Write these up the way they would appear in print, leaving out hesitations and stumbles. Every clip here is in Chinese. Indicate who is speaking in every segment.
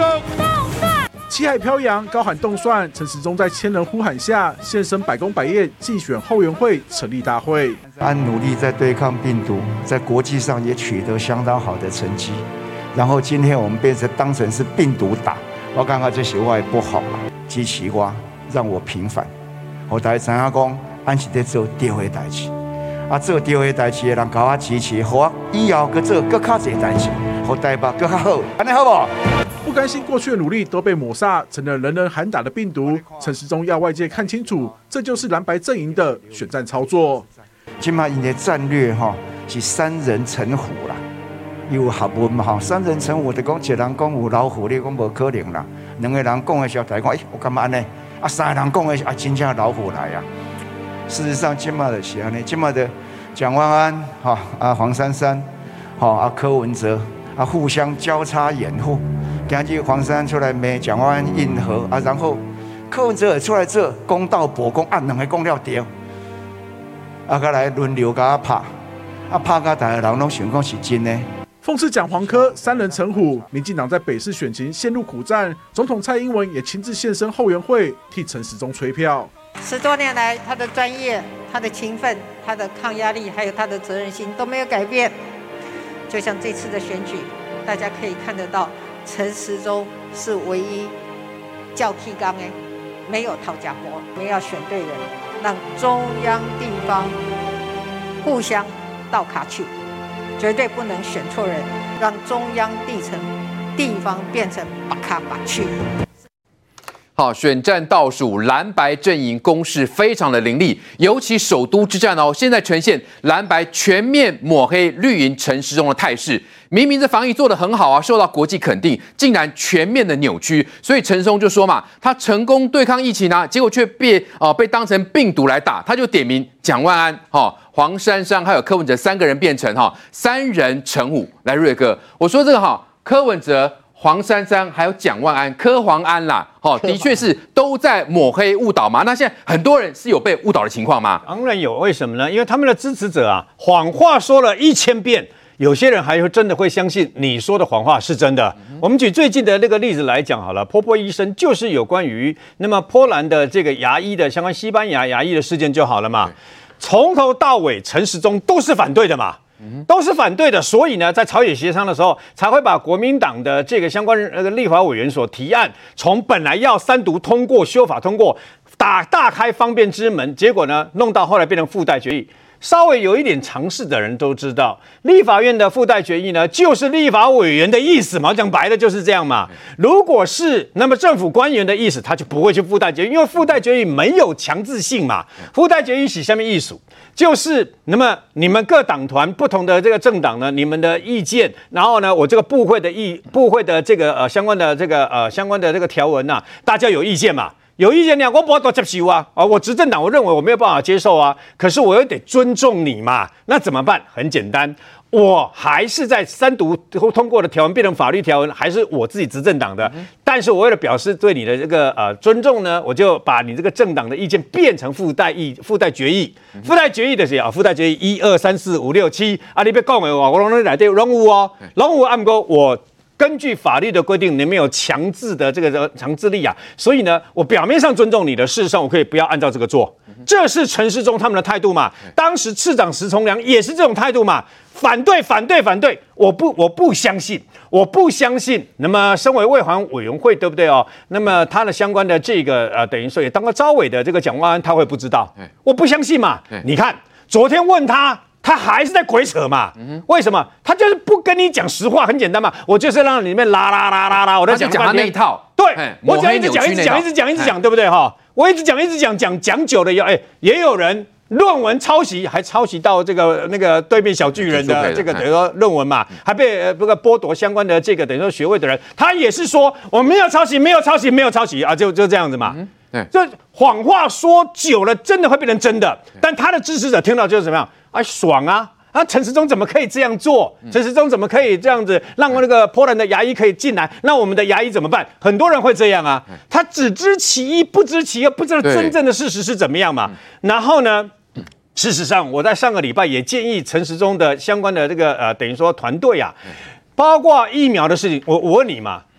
Speaker 1: 七海飘扬，高喊动算，陈时中在千人呼喊下现身百工百业竞选后援会成立大会。
Speaker 2: 安努力在对抗病毒，在国际上也取得相当好的成绩。然后今天我们变成当成是病毒打，我感觉这些话不好啦，支持我，让我平反。我大家知影讲，俺是在做对的代志，做对的代志的人，甲我支持，互我以后去做更较侪代志，互台北更较好，安尼好不好？
Speaker 1: 不甘心过去的努力都被抹煞，成了人人喊打的病毒。陈时中要外界看清楚，这就是蓝白阵营的选战操作。
Speaker 2: 今嘛因的战略是三人成虎啦，有学问嘛三人成虎就讲一人讲有老虎，你讲无可能啦。两个人讲的时候，大家讲我干嘛安尼？三个人讲的真正老虎来啊！事实上，今嘛的是安尼，今嘛的蒋万安黄珊珊柯文哲互相交叉掩护。今日黄珊出来骂蒋万安硬核然后柯文哲也出来做公道博公，两个讲了对，再来轮流甲我拍，拍甲大家人拢想讲是真的。
Speaker 1: 讽刺蒋黄柯三人成虎，民进党在北市选情陷入苦战，总统蔡英文也亲自现身后援会替陈时中催票。
Speaker 3: 10多年来，他的专业、他的勤奋、他的抗压力，还有他的责任心都没有改变。就像这次的选举，大家可以看得到。陈时中是唯一叫气刚的，没有讨价波。我们要选对人，让中央地方互相倒卡去，绝对不能选错人，让中央地方变成把卡把去。
Speaker 4: 好，选战倒数，蓝白阵营攻势非常的凌厉，尤其首都之战现在呈现蓝白全面抹黑绿营陈时中的态势。明明这防疫做得很好受到国际肯定，竟然全面的扭曲。所以陈时中就说嘛，他成功对抗疫情结果却被当成病毒来打，他就点名蒋万安、黄珊珊还有柯文哲三个人变成三人成虎。来，瑞哥，我说这个柯文哲、黄珊珊还有蒋万安、柯黄安啦，的确是都在抹黑误导嘛。那现在很多人是有被误导的情况吗？
Speaker 5: 当然有，为什么呢？因为他们的支持者谎话说了1000遍。有些人还会真的会相信你说的谎话是真的。我们举最近的那个例子来讲好了，波波医生就是有关于那么波兰的这个牙医的相关西班牙牙医的事件就好了嘛。从头到尾陈时中都是反对的嘛，都是反对的，所以呢，在朝野协商的时候，才会把国民党的这个相关立法委员所提案，从本来要3读通过、修法通过，大开方便之门，结果呢，弄到后来变成附带决议。稍微有一点常识的人都知道，立法院的附带决议呢，就是立法委员的意思嘛，讲白了就是这样嘛。如果是那么政府官员的意思，他就不会去附带决议，因为附带决议没有强制性嘛。附带决议是下面艺术，就是那么你们各党团不同的这个政党呢，你们的意见，然后呢，我这个部会的这个相关的这个条文大家有意见嘛。有意见我不要接受我执政党我认为我没有办法接受可是我又得尊重你嘛，那怎么办？很简单，我还是在3读通过的条文变成法律条文，还是我自己执政党的，但是我为了表示对你的这个尊重呢，我就把你这个政党的意见变成附带决议，附带决议的是附带决议1、2、3、4、5、6、7你别讲的我拢内底拢有按过我。根据法律的规定，你没有强制的这个强制力所以呢，我表面上尊重你的，事实上我可以不要按照这个做。这是陈时中他们的态度嘛？当时次长石崇良也是这种态度嘛？反对，我不相信，那么身为卫环委员会，对不对那么他的相关的这个等于说也当过召委的这个蒋万安，他会不知道？我不相信嘛？你看昨天问他还是在鬼扯嘛？为什么？他就是不跟你讲实话，很简单嘛。我就是让里面拉，我在讲
Speaker 4: 他那一套。
Speaker 5: 对，我讲一直讲，对不对我一直讲久了也有人论文抄袭，还抄袭到这个那个对面小巨人的这个等于说论文嘛，还被剥夺相关的这个等于说学位的人，他也是说我没有抄袭就这样子嘛。这谎话说久了，真的会变成真的。但他的支持者听到就是怎么样？爽陈时中怎么可以这样做？陈时中怎么可以这样子让那个波兰的牙医可以进来？那我们的牙医怎么办？很多人会这样他只知其一，不知其二，不知道真正的事实是怎么样嘛。然后呢，事实上我在上个礼拜也建议陈时中的相关的这个等于说团队包括疫苗的事情，我问你嘛。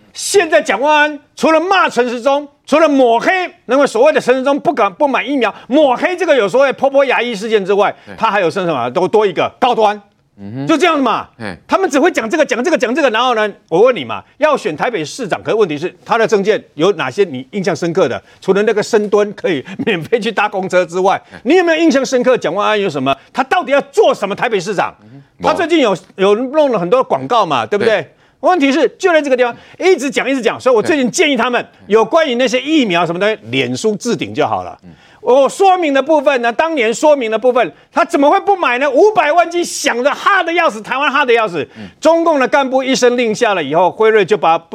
Speaker 5: 现在蒋万安除了骂陈时中，除了抹黑那么所谓的陈时中不买疫苗，抹黑这个有所谓波波牙医事件之外，他还有剩什么？都多一个高端。就这样子嘛，他们只会讲这个，然后呢，我问你嘛，要选台北市长，可是问题是他的政见有哪些你印象深刻的？除了那个深蹲可以免费去搭公车之外，你有没有印象深刻？蒋万安有什么？他到底要做什么台北市长？他最近有弄了很多广告嘛，对不对？问题是就在这个地方一直讲，所以我最近建议他们有关于那些疫苗什么的，脸书置顶就好了。我说明的部分呢，当年说明的部分，他怎么会不买呢？500万剂想着哈的要死，台湾哈的要死。中共的干部一声令下了以后，辉瑞就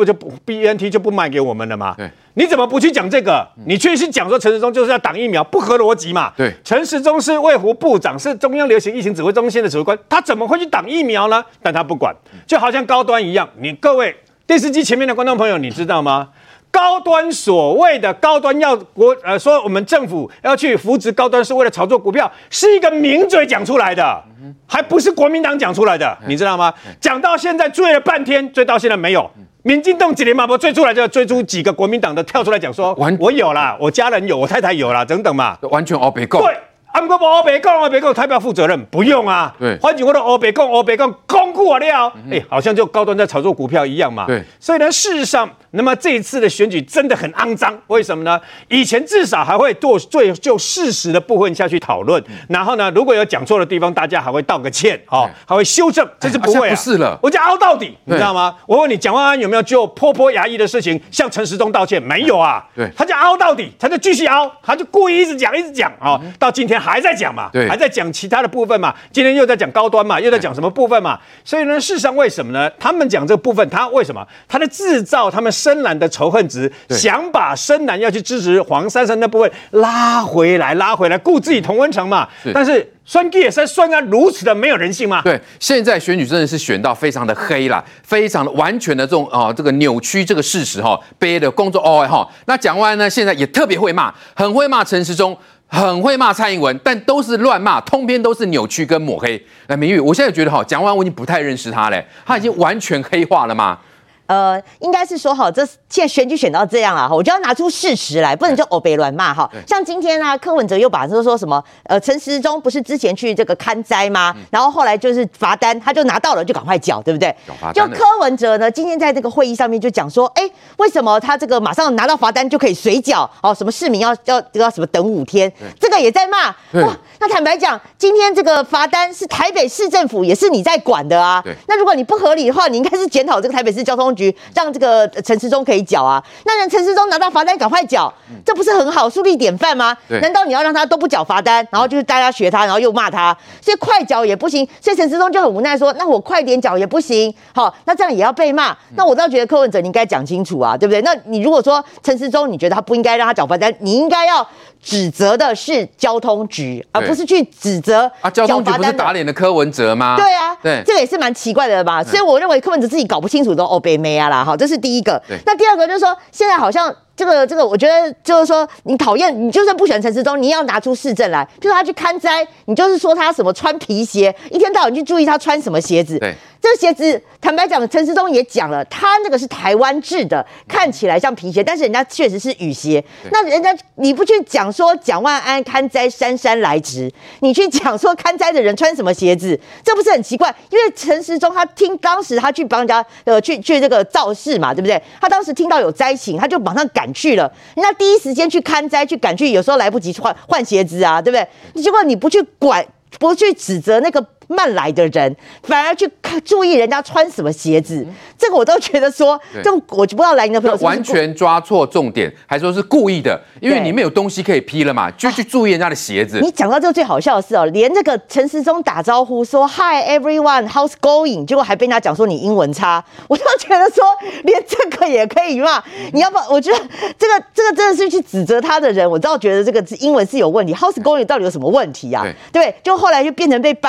Speaker 5: BNT 就不卖给我们了嘛。你怎么不去讲这个？你却去讲说陈时中就是要挡疫苗，不合逻辑嘛？对，陈时中是卫福部长，是中央流行疫情指挥中心的指挥官，他怎么会去挡疫苗呢？但他不管，就好像高端一样。各位电视机前面的观众朋友，你知道吗？高端所谓的高端要说我们政府要去扶植高端是为了炒作股票，是一个名嘴讲出来的，还不是国民党讲出来的，你知道吗？讲到现在追了半天，追到现在没有。民进党几年嘛不追出来，就追出几个国民党的跳出来讲说，我有啦，我家人有，我太太有啦，等等嘛，
Speaker 4: 完全黑白讲。
Speaker 5: 对。我黑白讲，台北负责任，不用啊。对，反正我都黑白讲，公布了，好像就高端在炒作股票一样嘛。对，所以呢，事实上，那么这一次的选举真的很肮脏，为什么呢？以前至少还会就事实的部分下去讨论，然后呢，如果有讲错的地方，大家还会道个歉，还会修正，这是不会啊。不是了，我就凹到底，你知道吗？我问你，蒋万安有没有就波牙医的事情向陈时中道歉？没有啊。对，他就凹到底，他就继续凹，他就故意一直讲到今天还在讲嘛，还在讲其他的部分嘛，今天又在讲高端嘛，又在讲什么部分嘛，所以呢，事实上为什么呢？他们讲这个部分，他为什么？他在制造他们深蓝的仇恨值，想把深蓝要去支持黄珊珊那部分拉回来，顾自己同温层嘛。但是选举也是算啊如此的没有人性吗？
Speaker 4: 对，现在选举真的是选到非常的黑啦，非常的完全的这种这个扭曲这个事实背的工作那蒋万安呢，现在也特别会骂，很会骂陈时中。很会骂蔡英文，但都是乱骂，通篇都是扭曲跟抹黑。来，明玉，我现在觉得蒋万安我已经不太认识他嘞，他已经完全黑化了吗？
Speaker 6: 应该是说这现在选举选到这样啊，我就要拿出事实来，不能就黑乱骂哈。像今天啊，柯文哲又把说什么陈时中不是之前去这个勘灾吗？然后后来就是罚单，他就拿到了就赶快缴，对不对？就柯文哲呢，今天在这个会议上面就讲说，为什么他这个马上拿到罚单就可以水缴？什么市民要什么等5天，这个也在骂哇。那坦白讲，今天这个罚单是台北市政府也是你在管的啊。那如果你不合理的话，你应该是检讨这个台北市交通局。让这个陈时中可以缴啊，那陈时中拿到罚单赶快缴，这不是很好，树立典范吗？难道你要让他都不缴罚单，然后就是大家学他，然后又骂他，所以快缴也不行，所以陈时中就很无奈说，那我快点缴也不行，好，那这样也要被骂，那我倒觉得柯文哲你应该讲清楚啊，对不对？那你如果说陈时中你觉得他不应该让他缴罚单，你应该要指责的是交通局，而不是去指责
Speaker 4: 交通局不是打脸的柯文哲吗？
Speaker 6: 对啊，这个也是蛮奇怪的吧？所以我认为柯文哲自己搞不清楚都北妹啊啦，好，这是第一个。那第二个就是说，现在好像这个，我觉得就是说，你讨厌，你就算不喜欢陈时中，你也要拿出事证来，比如说他去勘灾，你就是说他什么穿皮鞋，一天到晚去注意他穿什么鞋子。对。这个鞋子，坦白讲，陈时中也讲了，他那个是台湾制的，看起来像皮鞋，但是人家确实是雨鞋。那人家你不去讲说蒋万安勘灾姗姗来迟，你去讲说勘灾的人穿什么鞋子，这不是很奇怪？因为陈时中他当时他去帮人家去这个造势嘛，对不对？他当时听到有灾情，他就马上赶去了，人家第一时间去勘灾去赶去，有时候来不及换鞋子啊，对不对？结果你不去管，不去指责那个慢来的人，反而去注意人家穿什么鞋子，这个我都觉得说，这我就不知道来你的朋友是
Speaker 4: 完全抓错重点，还说是故意的，因为你没有东西可以批了嘛，就去注意人家的鞋子。
Speaker 6: 你讲到这个最好笑的是连这个陈时中打招呼说 Hi everyone, how's going， 结果还被他讲说你英文差，我都觉得说连这个也可以骂，你要不我觉得这个真的是去指责他的人，我倒觉得这个英文是有问题 ，how's going 到底有什么问题啊？对，就后来就变成被掰得很好。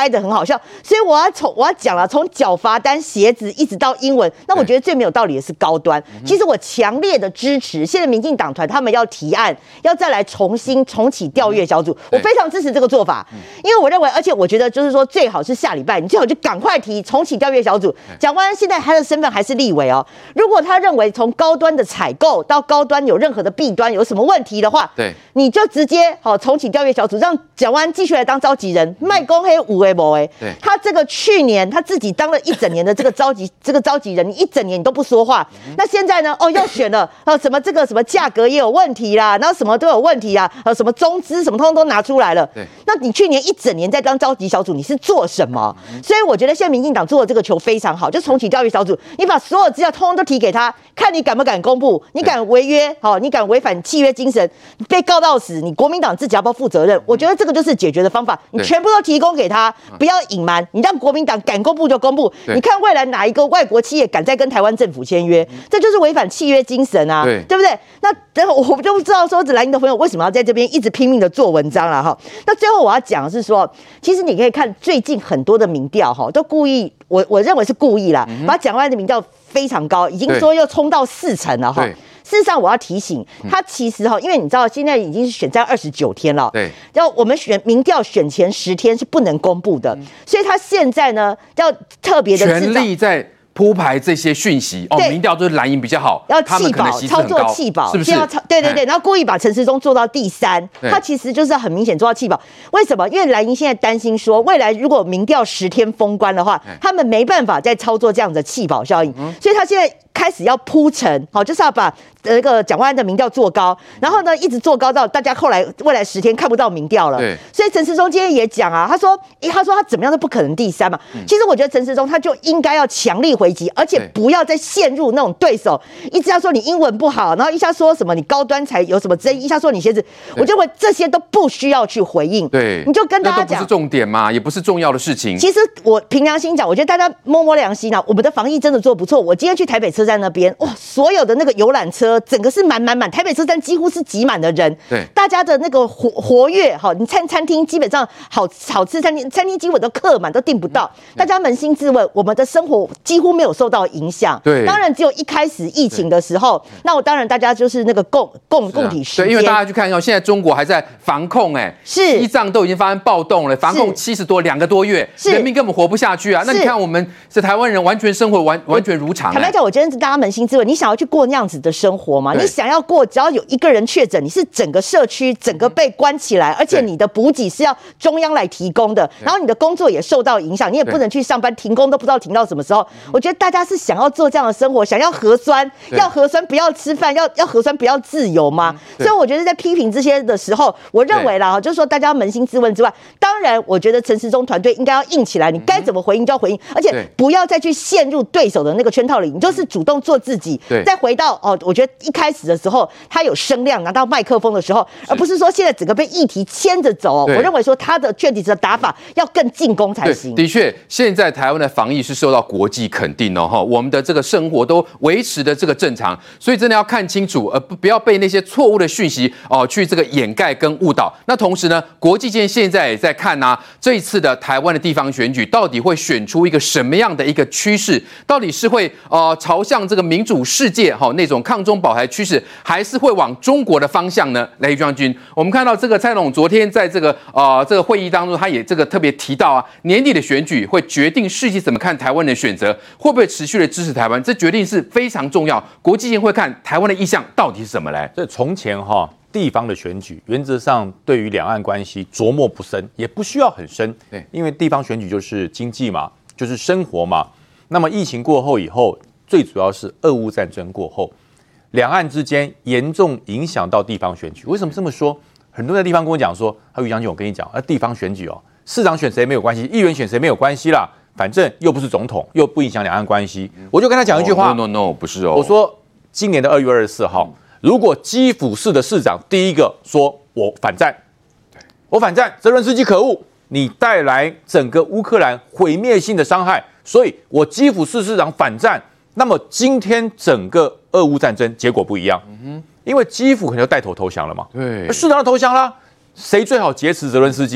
Speaker 6: 好笑。所以我要讲了，从缴罚单、鞋子一直到英文，那我觉得最没有道理的是高端。其实我强烈的支持现在民进党团他们要提案，要再来重启调阅小组，我非常支持这个做法，因为我认为，而且我觉得就是说最好是下礼拜，你最好就赶快提重启调阅小组。蒋万安现在他的身份还是立委哦，如果他认为从高端的采购到高端有任何的弊端有什么问题的话，
Speaker 4: 对，
Speaker 6: 你就直接重启调阅小组，让蒋万安继续来当召集人，卖公黑五为某哎，他这个去年他自己当了一整年的这个召集人，你一整年你都不说话，那现在呢要选了什么这个什么价格也有问题啦，然后什么都有问题啊，什么中资什么通通都拿出来了，那你去年一整年在当召集小组，你是做什么？所以我觉得现在民进党做的这个球非常好，就重启调阅小组，你把所有资料通通都提给他，看你敢不敢公布，你敢违约，你敢违反契约精神，被告到死，你国民党自己要不要负责任？我觉得这个就是解决的方法，你全部都提供给他，不要隐瞒，你让国民党敢公布就公布。你看未来哪一个外国企业敢再跟台湾政府签约，这就是违反契约精神啊，对不对？那我就不知道说蓝营的朋友为什么要在这边一直拼命的做文章了哈。那最后我要讲的是说，其实你可以看最近很多的民调哈，都故意，我认为是故意啦，把蒋万安的民调非常高，已经说又冲到40%了哈。事实上，我要提醒他，其实因为你知道现在已经是选战29天了，对，要我们民调选前10天是不能公布的，所以他现在呢要特别的
Speaker 4: 全力在铺排这些讯息民调就是蓝营比较好，
Speaker 6: 要弃保，操作弃保，
Speaker 4: 是不是？
Speaker 6: 对，然后故意把陈时中做到第3，他其实就是很明显做到弃保。为什么？因为蓝营现在担心说，未来如果民调10天封关的话，他们没办法再操作这样的弃保效应，所以他现在开始要铺陈，就是要把那个蒋万安的民调做高，然后呢一直做高到大家后来未来10天看不到民调了。所以陈时中今天也讲啊，他说他怎么样都不可能第3嘛。其实我觉得陈时中他就应该要强力回击，而且不要再陷入那种对手一直要说你英文不好，然后一下说什么你高端才有什么争议，一下说你鞋子，我认为这些都不需要去回应。对，你就跟大家讲，
Speaker 4: 那都不是重点嘛，也不是重要的事情。
Speaker 6: 其实我凭良心讲，我觉得大家摸摸良心啊，我们的防疫真的做不错。我今天去台北车站那边，哇，所有的那个游览车整个是满，台北车站几乎是挤满的人。对，大家的那个活跃，你餐厅基本上好吃餐厅基本都客满，都订不到。大家扪心自问，我们的生活几乎没有受到影响。对，当然只有一开始疫情的时候，那我当然大家就是那个共体时间。
Speaker 4: 对，因为大家去看现在中国还在防控，西藏都已经发生暴动了，防控70多2个多月，人民根本活不下去啊。那你看我们是台湾人，完全生活完全如常。
Speaker 6: 坦白讲，我觉得是大家扪心自问，你想要去过那样子的生活吗？你想要过，只要有一个人确诊，你是整个社区整个被关起来，而且你的补给是要中央来提供的，然后你的工作也受到影响，你也不能去上班，停工都不知道停到什么时候。我觉得大家是想要做这样的生活，想要核酸，要核酸不要吃饭，要核酸不要自由吗？所以我觉得在批评这些的时候，我认为啦，就是说大家扪心自问之外，当然我觉得陈时中团队应该要硬起来，你该怎么回应就要回应，而且不要再去陷入对手的那个圈套里，你就是主动做自己。再回到我觉得一开始的时候他有声量拿到麦克风的时候，而不是说现在整个被议题牵着走。我认为说他的确实的打法要更进攻才行。
Speaker 4: 的确，现在台湾的防疫是受到国际肯定我们的这个生活都维持的这个正常，所以真的要看清楚，不要被那些错误的讯息去这个掩盖跟误导。那同时呢，国际间现在也在看这一次的台湾的地方选举到底会选出一个什么样的一个趋势，到底是会朝向这个民主世界那种抗中保台趋势，还是会往中国的方向呢？雷将军，我们看到这个蔡总昨天在这个会议当中，他也这个特别提到年底的选举会决定世界怎么看台湾的选择，会不会持续的支持台湾，这决定是非常重要。国际间会看台湾的意向到底是什么嘞？
Speaker 7: 这从前地方的选举原则上对于两岸关系琢磨不深，也不需要很深，因为地方选举就是经济嘛，就是生活嘛。那么疫情过后以后，最主要是俄乌战争过后，两岸之间严重影响到地方选举。为什么这么说？很多的地方跟我讲说，于将军，我跟你讲，地方选举市长选谁没有关系，议员选谁没有关系啦，反正又不是总统，又不影响两岸关系。我就跟他讲一句话
Speaker 4: ，No， 不是
Speaker 7: 我说今年的2月24号，如果基辅市的市长第一个说我反战，泽伦斯基可恶，你带来整个乌克兰毁灭性的伤害，所以我基辅市市长反战，那么今天整个俄乌战争结果不一样，因为基辅可能就带头投降了嘛，对，市长投降啦，谁最好劫持泽伦斯基？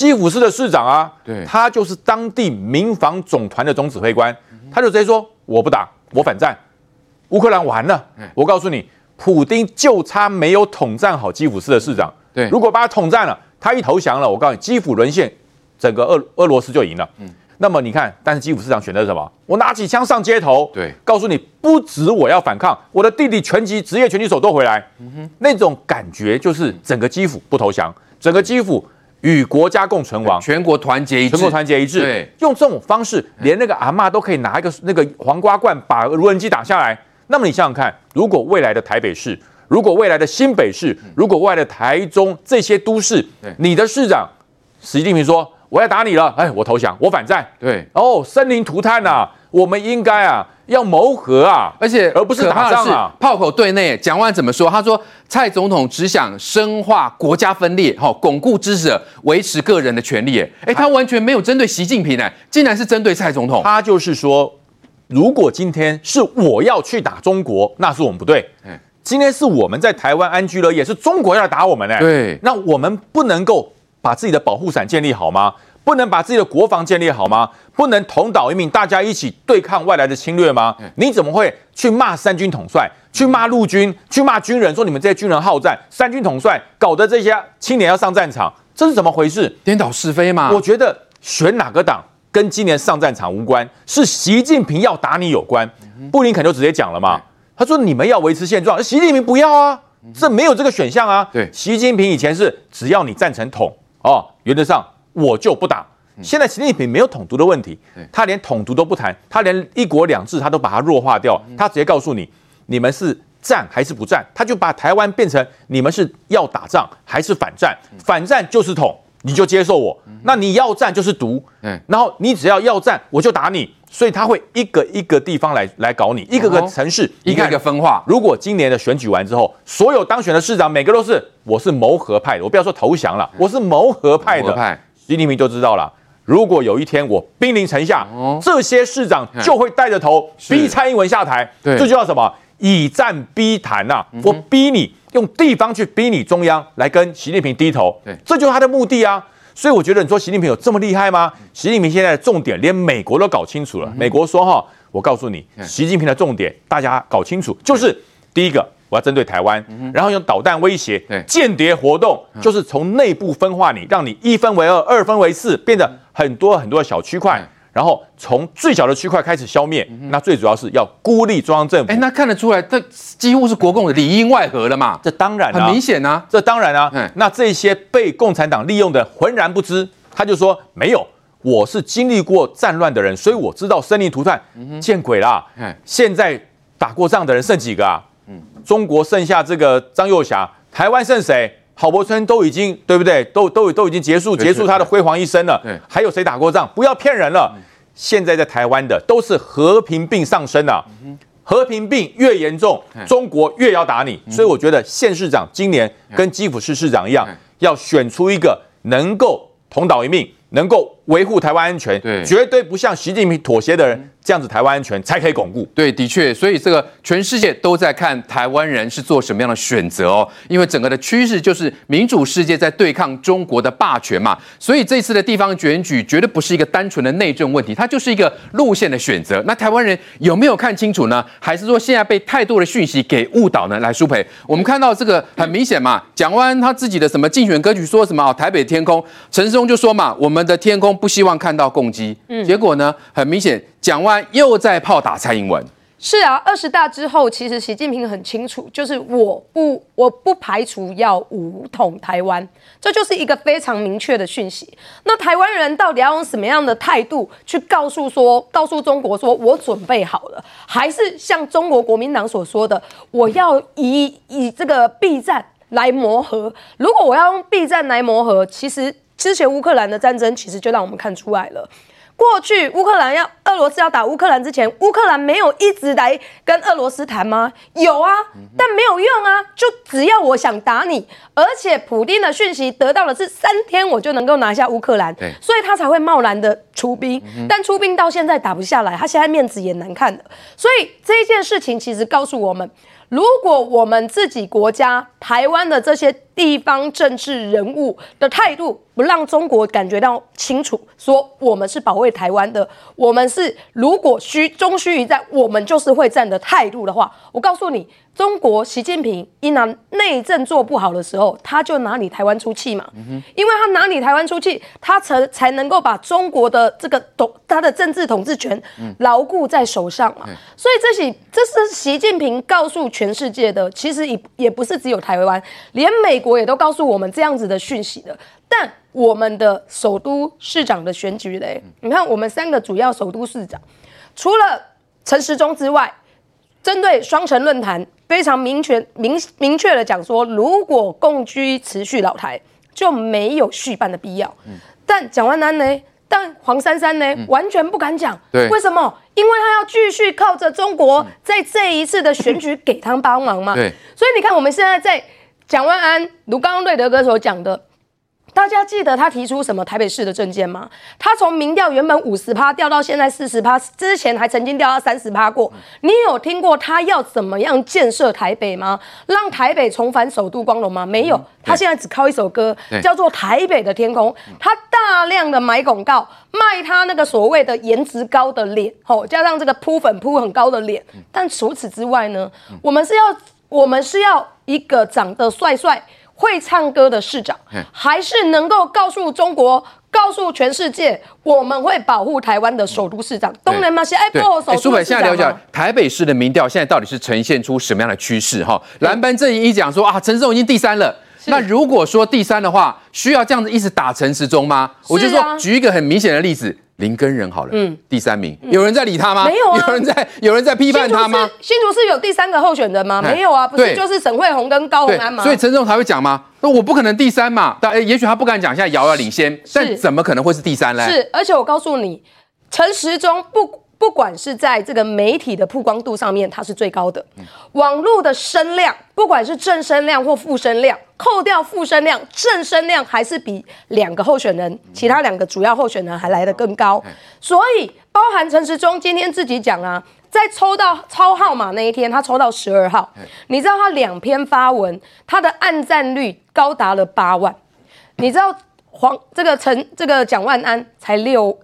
Speaker 7: 基辅市的市长啊，
Speaker 4: 对，
Speaker 7: 他就是当地民防总团的总指挥官，他就直接说我不打，我反战，乌克兰完了。我告诉你，普丁就差没有统战好基辅市的市长。
Speaker 4: 对，
Speaker 7: 如果把他统战了，他一投降了，我告诉你，基辅沦陷，整个俄罗斯就赢了。那么你看，但是基辅市长选择什么？我拿起枪上街头，
Speaker 4: 对，
Speaker 7: 告诉你，不止我要反抗，我的弟弟职业拳击手都回来。那种感觉就是整个基辅不投降，整个基辅与国家共存亡，
Speaker 4: 全国团结一致，
Speaker 7: 全国团结一致。
Speaker 4: 对，
Speaker 7: 用这种方式，连那个阿嬷都可以拿一个那个黄瓜罐把无人机打下来。那么你想想看，如果未来的台北市，如果未来的新北市，如果未来的台中这些都市，你的市长习近平说我要打你了，哎，我投降，我反战，
Speaker 4: 对，
Speaker 7: 哦，生灵涂炭啊，我们应该啊要谋和啊，而不是打仗啊。
Speaker 4: 炮口对内，蒋万怎么说？他说蔡总统只想深化国家分裂，巩固支持者，维持个人的权利。哎，他完全没有针对习近平，竟然是针对蔡总统。
Speaker 7: 他就是说，如果今天是我要去打中国，那是我们不对。今天是我们在台湾安居乐业，是中国要来打我们呢。
Speaker 4: 对，
Speaker 7: 那我们不能够把自己的保护伞建立好吗？不能把自己的国防建立好吗？不能同岛一命，大家一起对抗外来的侵略吗？你怎么会去骂三军统帅，去骂陆军，去骂军人，说你们这些军人好战？三军统帅搞得这些青年要上战场，这是怎么回事？
Speaker 4: 颠倒是非吗？
Speaker 7: 我觉得选哪个党跟今年上战场无关，是习近平要打你有关。布林肯就直接讲了嘛，他说你们要维持现状，习近平不要啊，这没有这个选项啊。
Speaker 4: 对，
Speaker 7: 习近平以前是只要你赞成统哦，原则上我就不打。现在习近平没有统独的问题，他连统独都不谈，他连一国两制他都把它弱化掉，他直接告诉你，你们是战还是不战，他就把台湾变成你们是要打仗还是反战，反战就是统，你就接受我，那你要战就是独，然后你只要战我就打你，所以他会一个一个地方来搞你，一个个城市
Speaker 4: 一个一个分化。
Speaker 7: 如果今年的选举完之后，所有当选的市长每个都是我是谋和派的，我不要说投降了，我是谋和派的，习近平就知道了。如果有一天我兵临城下，这些市长就会带着头逼蔡英文下台，这就叫什么？以战逼谈呐！我逼你用地方去逼你中央来跟习近平低头，这就是他的目的啊！所以我觉得你说习近平有这么厉害吗？习近平现在的重点连美国都搞清楚了。美国说哈，我告诉你，习近平的重点大家搞清楚，就是第一个。我要针对台湾，然后用导弹威胁、间谍活动，就是从内部分化你，让你一分为二，二分为四，变得很多很多的小区块，然后从最小的区块开始消灭。那最主要是要孤立中央政府。
Speaker 4: 那看得出来，这几乎是国共的里应外合了嘛？
Speaker 7: 这当然
Speaker 4: 很明显啊，
Speaker 7: 这当然啊。那这些被共产党利用的浑然不知，他就说没有，我是经历过战乱的人，所以我知道生灵涂炭，见鬼啦！现在打过仗的人剩几个啊？中国剩下这个张幼霞，台湾剩谁？郝柏村都已经对不对？都已经结束他的辉煌一生了。还有谁打过仗？不要骗人了。现在在台湾的都是和平病上升啊，和平病越严重，中国越要打你。所以我觉得县市长今年跟基辅市市长一样，要选出一个能够同岛一命，能够维护台湾安全，绝对不向习近平妥协的人。这样子台湾安全才可以巩固。
Speaker 4: 对，的确，所以这个全世界都在看台湾人是做什么样的选择哦，因为整个的趋势就是民主世界在对抗中国的霸权嘛，所以这次的地方选举绝对不是一个单纯的内政问题，它就是一个路线的选择。那台湾人有没有看清楚呢？还是说现在被太多的讯息给误导呢？来，舒培，我们看到这个很明显嘛，蒋万安他自己的什么竞选歌曲说什么台北天空，陈时中就说嘛，我们的天空不希望看到共机，结果呢，很明显。蒋万安又在炮打蔡英文。
Speaker 8: 是啊，20大之后，其实习近平很清楚，就是我不排除要武统台湾，这就是一个非常明确的讯息。那台湾人到底要用什么样的态度去告诉中国说，我准备好了，还是像中国国民党所说的，我要以这个避战来磨合？如果我要用避战来磨合，其实之前乌克兰的战争其实就让我们看出来了。过去俄罗斯要打乌克兰之前，乌克兰没有一直来跟俄罗斯谈吗？有啊，但没有用啊，就只要我想打你，而且普丁的讯息得到的是3天我就能够拿下乌克兰，所以他才会贸然的出兵，但出兵到现在打不下来，他现在面子也难看的。所以这一件事情其实告诉我们， 如果我们自己国家台湾的这些地方政治人物的态度不让中国感觉到清楚，说我们是保卫台湾的，我们是如果终须一战，我们就是会战的态度的话，我告诉你，中国习近平一拿内政做不好的时候，他就拿你台湾出气嘛，因为他拿你台湾出气，他才能够把中国的这个他的政治统治权牢固在手上嘛。所以这是习近平告诉全世界的，其实也不是只有台湾，连美国也都告诉我们这样子的讯息的。但我们的首都市长的选举嘞，你看我们3个主要首都市长，除了陈时中之外，针对双城论坛非常明确的讲说，如果共居持续老台，就没有续办的必要。但蒋万安呢？但黄珊珊呢？完全不敢讲。为什么？因为他要继续靠着中国在这一次的选举给他帮忙嘛。所以你看，我们现在在蒋万安，如刚刚瑞德哥所讲的。大家记得他提出什么台北市的政见吗？他从民调原本50%掉到现在40%，之前还曾经掉到30%过。你有听过他要怎么样建设台北吗？让台北重返首都光荣吗？没有，他现在只靠一首歌，叫做《台北的天空》。他大量的买广告，卖他那个所谓的颜值高的脸，加上这个铺粉铺很高的脸。但除此之外呢，我们是要一个长得帅帅。会唱歌的市长，还是能够告诉中国、告诉全世界，我们会保护台湾的首都市长。当然嘛，是保护首都市长。
Speaker 4: 书本现在了解台北市的民调，现在到底是呈现出什么样的趋势？蓝班阵营一讲说陈时中已经第3了，那如果说第3的话，需要这样子一直打陈时中吗？我就说举一个很明显的例子。林耕仁好了，第3名，有人在理他吗？
Speaker 8: 没有啊，
Speaker 4: 有人在批判他吗？
Speaker 8: 新竹市有第3个候选人吗？没有啊，不是就是沈慧虹跟高虹安吗？
Speaker 4: 所以陈时中才会讲吗？那我不可能第3嘛，也许他不敢讲，现在遥遥领先，但怎么可能会是第3呢？
Speaker 8: 是，而且我告诉你，陈时中不管是在这个媒体的曝光度上面，它是最高的。网络的声量，不管是正声量或负声量，扣掉负声量，正声量还是比2个候选人，其他2个主要候选人还来得更高。所以，包含陈时中今天自己讲啊，在抽到超号码那一天，他抽到12号，你知道他2篇发文，他的按赞率高达了8万，你知道？这个蒋万安才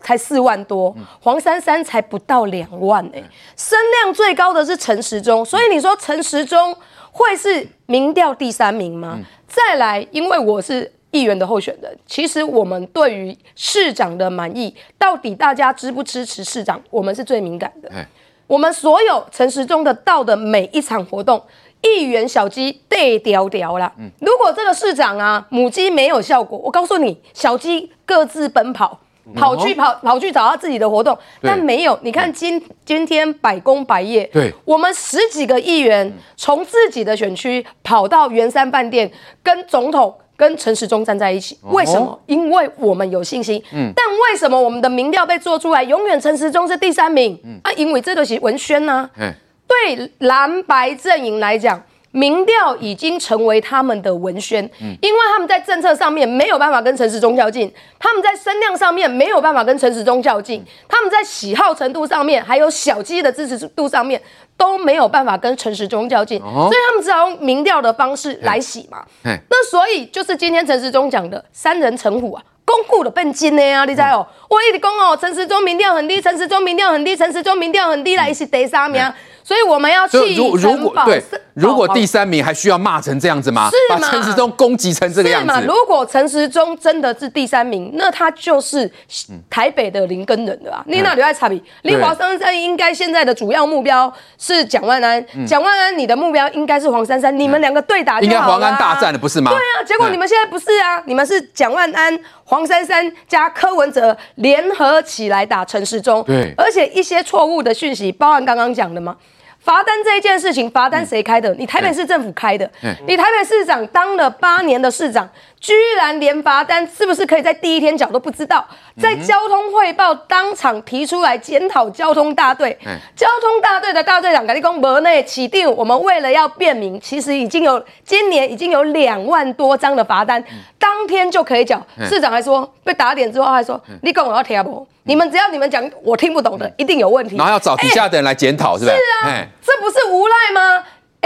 Speaker 8: 4万多，黄珊珊才不到2万声量最高的是陈时中，所以你说陈时中会是民调第3名吗？再来，因为我是议员的候选人，其实我们对于市长的满意，到底大家支不支持市长，我们是最敏感的。我们所有陈时中到的每一场活动。议员小鸡对调啦，如果这个市长啊母鸡没有效果，我告诉你，小鸡各自奔跑去找他自己的活动，但没有。你看今天百工百业，我们10几个议员从自己的选区跑到圆山饭店跟总统。跟陈时中站在一起，为什么？因为我们有信心。但为什么我们的民调被做出来，永远陈时中是第3名？因为这都是文宣呐。对蓝白阵营来讲，民调已经成为他们的文宣，因为他们在政策上面没有办法跟陈时中较劲，他们在声量上面没有办法跟陈时中较劲，他们在喜好程度上面，还有小鸡的支持度上面都没有办法跟陈时中较劲，所以他们只好用民调的方式来洗嘛。那所以就是今天陈时中讲的3人成虎啊。公股的变金的啊，你知道哦？我一直讲哦，陈时中民调很低，陈时中民调很低，陈时中民调很低，来是第3名，所以我们要弃陈保。
Speaker 4: 如果第3名还需要骂成这样子吗？
Speaker 8: 是
Speaker 4: 把陈时中攻击成这个样子？
Speaker 8: 是嘛？如果陈时中真的是第3名，那他就是台北的林耕仁的啊。你哪里爱差别？你黄珊珊应该现在的主要目标是蒋万安，蒋万安你的目标应该是黄珊珊，你们2个对打就好了。应该
Speaker 4: 黄安大战的不是吗？
Speaker 8: 对啊，结果你们现在不是啊，你们是蒋万安。黄珊珊加柯文哲联合起来打陈时中，而且一些错误的讯息，包含刚刚讲的吗？罚单这一件事情，罚单谁开的？你台北市政府开的。你台北市长当了8年的市长，居然连罚单是不是可以在第一天缴都不知道，在交通汇报当场提出来检讨交通大队。交通大队的大队长跟你讲，没呢，起定我们为了要便民，其实今年已经有2万多张的罚单，当天就可以缴。市长还说被打脸之后还说，你讲我要听不？你们只要你们讲我听不懂的，一定有问题。
Speaker 4: 然后要找底下的人来检讨，是不是？
Speaker 8: 是啊，这不是无赖吗？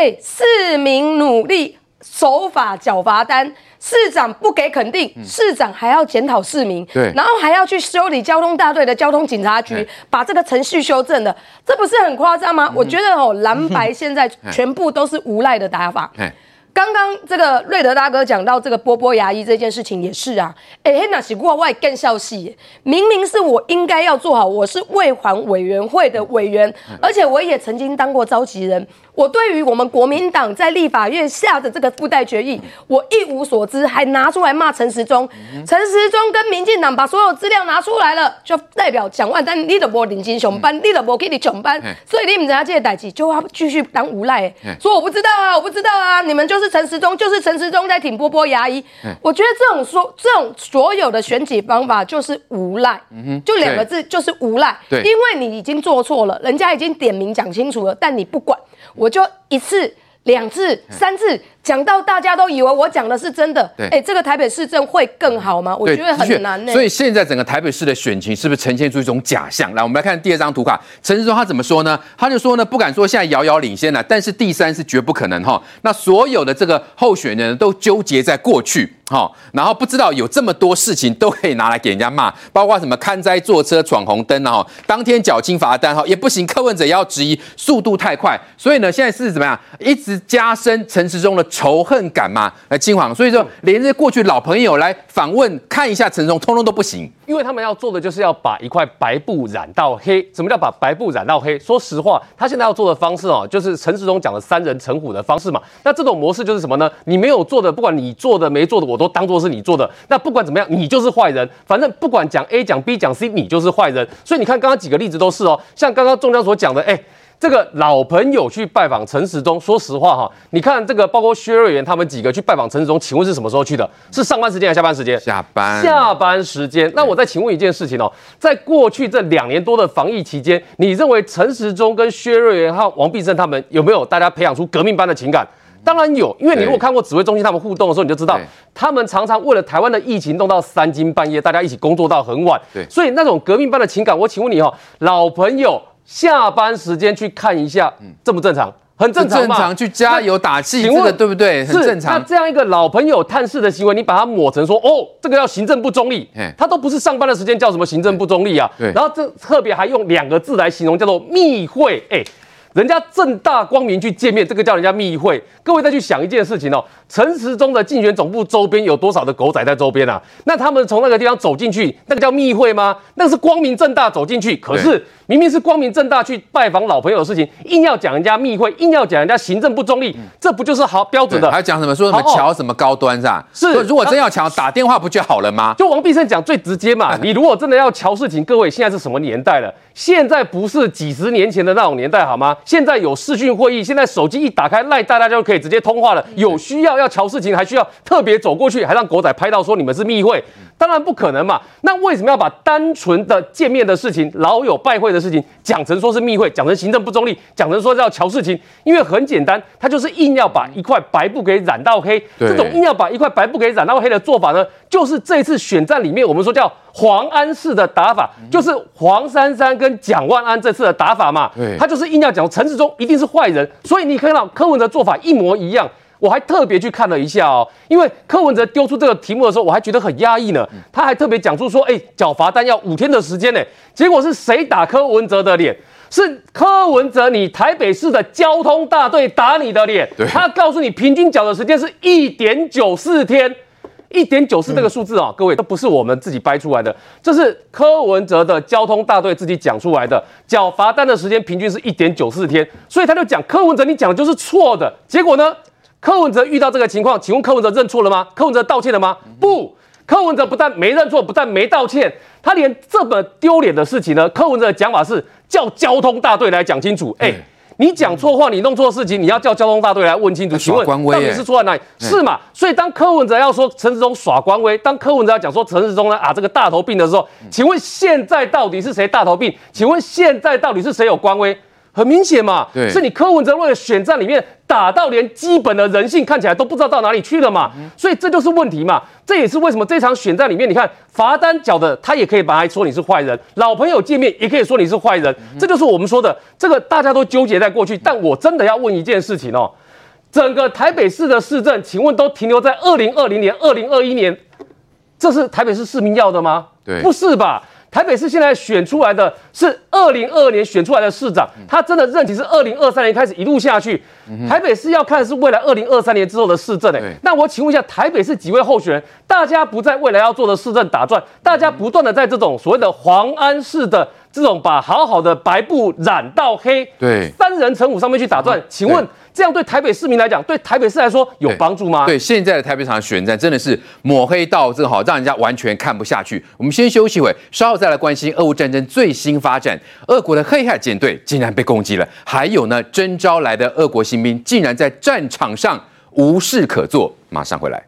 Speaker 8: 市民努力守法缴罚单，市长不给肯定，市长还要检讨市民，
Speaker 4: 对，
Speaker 8: 然后还要去修理交通大队的交通警察局，把这个程序修正的，这不是很夸张吗？我觉得蓝白现在全部都是无赖的打法。刚刚这个瑞德大哥讲到这个波波牙医这件事情也是啊，那是我也更笑戏，明明是我应该要做好，我是卫环委员会的委员，而且我也曾经当过召集人。我对于我们国民党在立法院下的这个附带决议，我一无所知，还拿出来骂陈时中。陈时中跟民进党把所有资料拿出来了，就代表蒋万丹你都没领进上班，你都没给你上班，所以你们知道这些代志就要继续当无赖，说我不知道啊，我不知道啊，你们就是陈时中，就是陈时中在挺波波牙医。我觉得这种所有的选举方法就是无赖，就2个字，就是无赖。因为你已经做错了，人家已经点名讲清楚了，但你不管。我就1次、2次、3次讲到大家都以为我讲的是真的，这个台北市政会更好吗？我觉得很难呢。
Speaker 4: 所以现在整个台北市的选情是不是呈现出一种假象？来，我们来看第2张图卡，陈时中他怎么说呢？他就说呢，不敢说现在遥遥领先了，但是第3是绝不可能哈。那所有的这个候选人都纠结在过去。然后不知道有这么多事情都可以拿来给人家骂，包括什么看灾坐车闯红灯啊，当天缴清罚单也不行，柯文哲也要质疑速度太快，所以呢，现在是怎么样，一直加深陈时中的仇恨感嘛，来金黄，所以说连这过去老朋友来访问看一下陈时中，通通都不行，
Speaker 9: 因为他们要做的就是要把一块白布染到黑。什么叫把白布染到黑？说实话，他现在要做的方式就是陈时中讲的3人成虎的方式嘛。那这种模式就是什么呢？你没有做的，不管你做的没做的，我都当作是你做的。那不管怎么样，你就是坏人。反正不管讲 A 讲 B 讲 C， 你就是坏人。所以你看刚刚几个例子都是像刚刚仲江所讲的，这个老朋友去拜访陈时中，说实话你看这个包括薛瑞元他们几个去拜访陈时中，请问是什么时候去的？是上班时间还是下班时间？
Speaker 4: 下
Speaker 9: 班时间。那我再请问一件事情在过去这2年多的防疫期间，你认为陈时中跟薛瑞元和王必胜他们有没有大家培养出革命般的情感？当然有，因为你如果看过指挥中心他们互动的时候，你就知道他们常常为了台湾的疫情弄到3更半夜，大家一起工作到很晚。所以那种革命般的情感，我请问你老朋友下班时间去看一下，正不正常？很正常嘛，
Speaker 4: 正常去加油打气，这个对不对？很正常。
Speaker 9: 那这样一个老朋友探视的行为，你把它抹成说这个叫行政不中立，他都不是上班的时间，叫什么行政不中立啊？然后这特别还用2个字来形容，叫做密会。人家正大光明去见面，这个叫人家密会。各位再去想一件事情陈时中的竞选总部周边有多少的狗仔在周边啊？那他们从那个地方走进去，那个叫密会吗？那个是光明正大走进去，可是明明是光明正大去拜访老朋友的事情，硬要讲人家密会，硬要讲人家行政不中立，这不就是好标准的？
Speaker 4: 还讲什么说什么瞧什么高端是吧？是，如果真要瞧，打电话不就好了吗？
Speaker 9: 就王必胜讲最直接嘛，你如果真的要瞧事情，各位现在是什么年代了？现在不是几10年前的那种年代好吗？现在有视讯会议，现在手机一打开赖，大家就可以直接通话了。有需要瞧事情，还需要特别走过去，还让狗仔拍到说你们是密会，当然不可能嘛。那为什么要把单纯的见面的事情、老友拜会的事情讲成说是密会，讲成行政不中立，讲成说要瞧事情？因为很简单，他就是硬要把一块白布给染到黑。这种硬要把一块白布给染到黑的做法呢，就是这一次选战里面我们说叫黄安式的打法，就是黄珊珊跟蒋万安这次的打法嘛。他就是硬要讲陈时中一定是坏人，所以你看到柯文哲做法一模一样。我还特别去看了一下因为柯文哲丢出这个题目的时候，我还觉得很压抑呢。他还特别讲出说，缴罚单要5天的时间呢。结果是谁打柯文哲的脸？是柯文哲，你台北市的交通大队打你的脸。他告诉你平均缴的时间是1.94天。1.94这个数字各位都不是我们自己掰出来的，这是柯文哲的交通大队自己讲出来的。缴罚单的时间平均是1.94天，所以他就讲柯文哲你讲的就是错的。结果呢，柯文哲遇到这个情况，请问柯文哲认错了吗？柯文哲道歉了吗？不，柯文哲不但没认错，不但没道歉，他连这么丢脸的事情呢，柯文哲的讲法是叫交通大队来讲清楚。你讲错话，你弄错事情，你要叫交通大队来问清楚。请问到底是错在哪里？是嘛？所以当柯文哲要说陈时中耍官威，当柯文哲要讲说陈时中呢这个大头病的时候，请问现在到底是谁大头病？请问现在到底是谁有官威？很明显嘛，是你柯文哲为了选战里面打到连基本的人性看起来都不知道到哪里去了嘛，所以这就是问题嘛。这也是为什么这场选战里面，你看罚单缴的，他也可以把他说你是坏人，老朋友见面也可以说你是坏人，这就是我们说的这个大家都纠结在过去。但我真的要问一件事情整个台北市的市政，请问都停留在2020年、2021年，这是台北市市民要的吗？
Speaker 4: 对，
Speaker 9: 不是吧？台北市现在选出来的是2022年选出来的市长，他真的任期是2023年开始一路下去。台北市要看的是未来2023年之后的市政。那我请问一下，台北市几位候选人，大家不在未来要做的市政打转，大家不断的在这种所谓的黄安式的这种把好好的白布染到黑，
Speaker 4: 对
Speaker 9: 3人成虎上面去打转，请问这样对台北市民来讲，对台北市来说有帮助吗？
Speaker 4: 对，现在的台北场选战真的是抹黑到这个好，让人家完全看不下去。我们先休息一会，稍后再来关心俄乌战争最新发展。俄国的黑海舰队竟然被攻击了，还有呢，征召来的俄国新兵竟然在战场上无事可做。马上回来。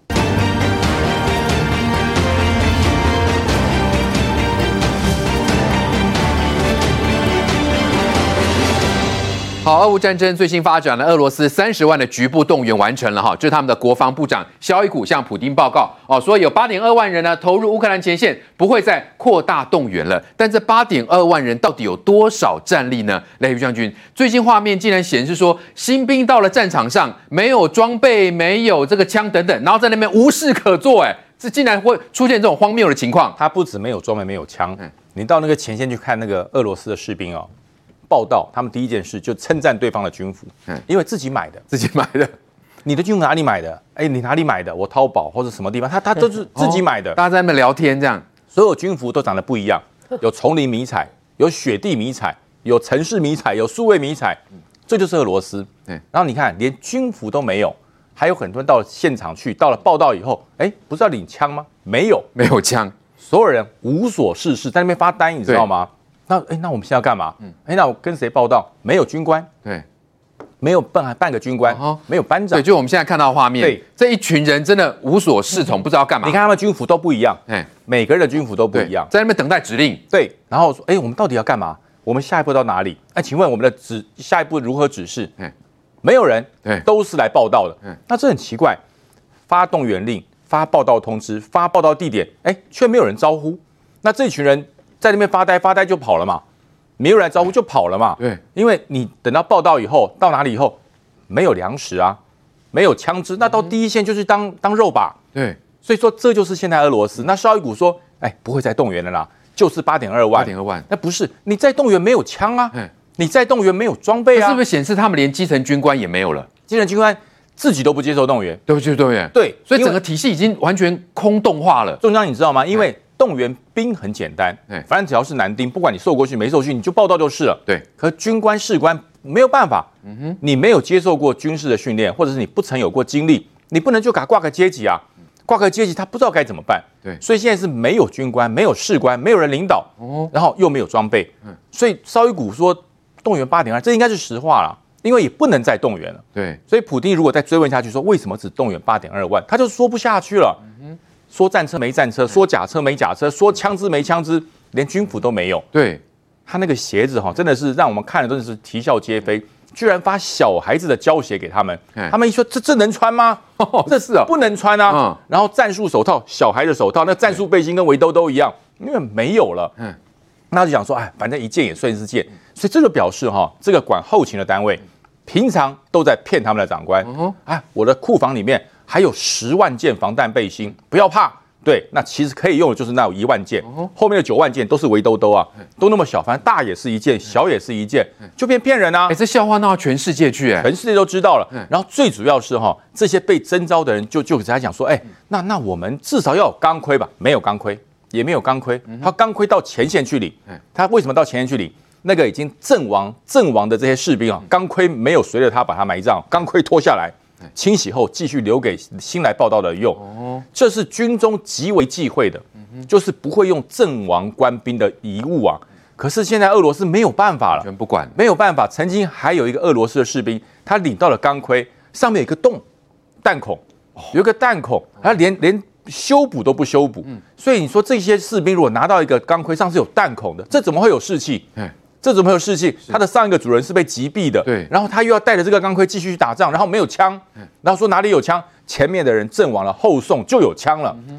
Speaker 4: 好，俄乌战争最新发展了，俄罗斯30万的局部动员完成了哈，这是他们的国防部长肖伊古向普丁报告哦，说有8.2万人呢投入乌克兰前线，不会再扩大动员了。但这8.2万人到底有多少战力呢？雷宇将军，最新画面竟然显示说，新兵到了战场上没有装备，没有这个枪等等，然后在那边无事可做，这竟然会出现这种荒谬的情况。
Speaker 7: 他不止没有装备，没有枪，你到那个前线去看那个俄罗斯的士兵哦。报道，他们第一件事就称赞对方的军服，因为自己买的，你的军服哪里买的？你哪里买的？我淘宝或者什么地方，他都是自己买的。
Speaker 4: 大家在那边聊天，这样，
Speaker 7: 所有军服都长得不一样，有丛林迷彩，有雪地迷彩，有城市迷彩，有数位迷彩，这就是俄罗斯。然后你看，连军服都没有，还有很多人到了现场去，到了报道以后，不是要领枪吗？没有枪，所有人无所事事，在那边发呆，你知道吗？那我们现在要干嘛？那我跟谁报道？没有军官，
Speaker 4: 对，
Speaker 7: 没有半个军官，没有班长。
Speaker 4: 对，就我们现在看到的画面，对，这一群人真的无所适从，不知道干嘛。
Speaker 7: 你看他们军服都不一样，每个人的军服都不一样，
Speaker 4: 在那边等待指令。
Speaker 7: 对，然后说，我们到底要干嘛？我们下一步到哪里？请问我们的下一步如何指示？没有人，都是来报道的。那这很奇怪，发动员令、发报道通知、发报道地点，却没有人招呼。那这群人在那边发呆就跑了嘛，没有人来招呼就跑了嘛。
Speaker 4: 对，
Speaker 7: 因为你等到报道以后，到哪里以后，没有粮食啊，没有枪支，那到第一线就是当肉靶。
Speaker 4: 对，
Speaker 7: 所以说这就是现在俄罗斯。那绍伊古说，不会再动员了啦，就是8.2万。那不是，你再动员没有枪啊，你再动员没有装备啊，
Speaker 4: 是不是显示他们连基层军官也没有了？
Speaker 7: 基层军官自己都不接受动员，
Speaker 4: 对不对？
Speaker 7: 对，
Speaker 4: 所以整个体系已经完全空洞化了。
Speaker 7: 中将你知道吗？因为动员兵很简单，反正只要是男丁，不管你受过训没受训，你就报道就是了。
Speaker 4: 对，
Speaker 7: 可军官士官没有办法，你没有接受过军事的训练，或者是你不曾有过经历，你不能就给他挂个阶级啊，挂个阶级他不知道该怎么办。
Speaker 4: 对，
Speaker 7: 所以现在是没有军官，没有士官，没有人领导，然后又没有装备，所以绍伊古说动员8.2，这应该是实话啦。因为也不能再动员了。
Speaker 4: 对，
Speaker 7: 所以普丁如果再追问下去，说为什么只动员8.2万，他就说不下去了。说战车没战车，说甲车没甲车，说枪支没枪支，连军服都没有。
Speaker 4: 对，
Speaker 7: 他那个鞋子真的是让我们看了真的是啼笑皆非，居然发小孩子的胶鞋给他们，他们一说这能穿吗？这是不能穿啊。然后战术手套，小孩的手套，那战术背心跟围兜兜一样，因为没有了。那就想说，反正一件也算是件，所以这就表示这个管后勤的单位平常都在骗他们的长官。我的库房里面还有10万件防弹背心，不要怕。对，那其实可以用的就是那有1万件，后面的9万件都是围兜兜啊，都那么小，反正大也是一件，小也是一件，就骗人啊！
Speaker 4: 这笑话闹到全世界去，
Speaker 7: 全世界都知道了。然后最主要是这些被征召的人就给他讲说，那我们至少要有钢盔吧？没有钢盔，也没有钢盔，他钢盔到前线去领。他为什么到前线去领？那个已经阵亡的这些士兵钢盔没有随着他把他埋葬，钢盔脱下来。清洗后继续留给新来报道的用，这是军中极为忌讳的，就是不会用阵亡官兵的遗物啊。可是现在俄罗斯没有办法了，
Speaker 4: 全不管，
Speaker 7: 没有办法。曾经还有一个俄罗斯的士兵，他领到了钢盔，上面有一个洞，弹孔，有一个弹孔，他连修补都不修补。所以你说这些士兵如果拿到一个钢盔，上是有弹孔的，这怎么会有士气？这怎么会有士气？他的上一个主人是被击毙的，
Speaker 4: 对，
Speaker 7: 然后他又要带着这个钢盔继续去打仗，然后没有枪，然后说哪里有枪？前面的人阵亡了，后送就有枪了。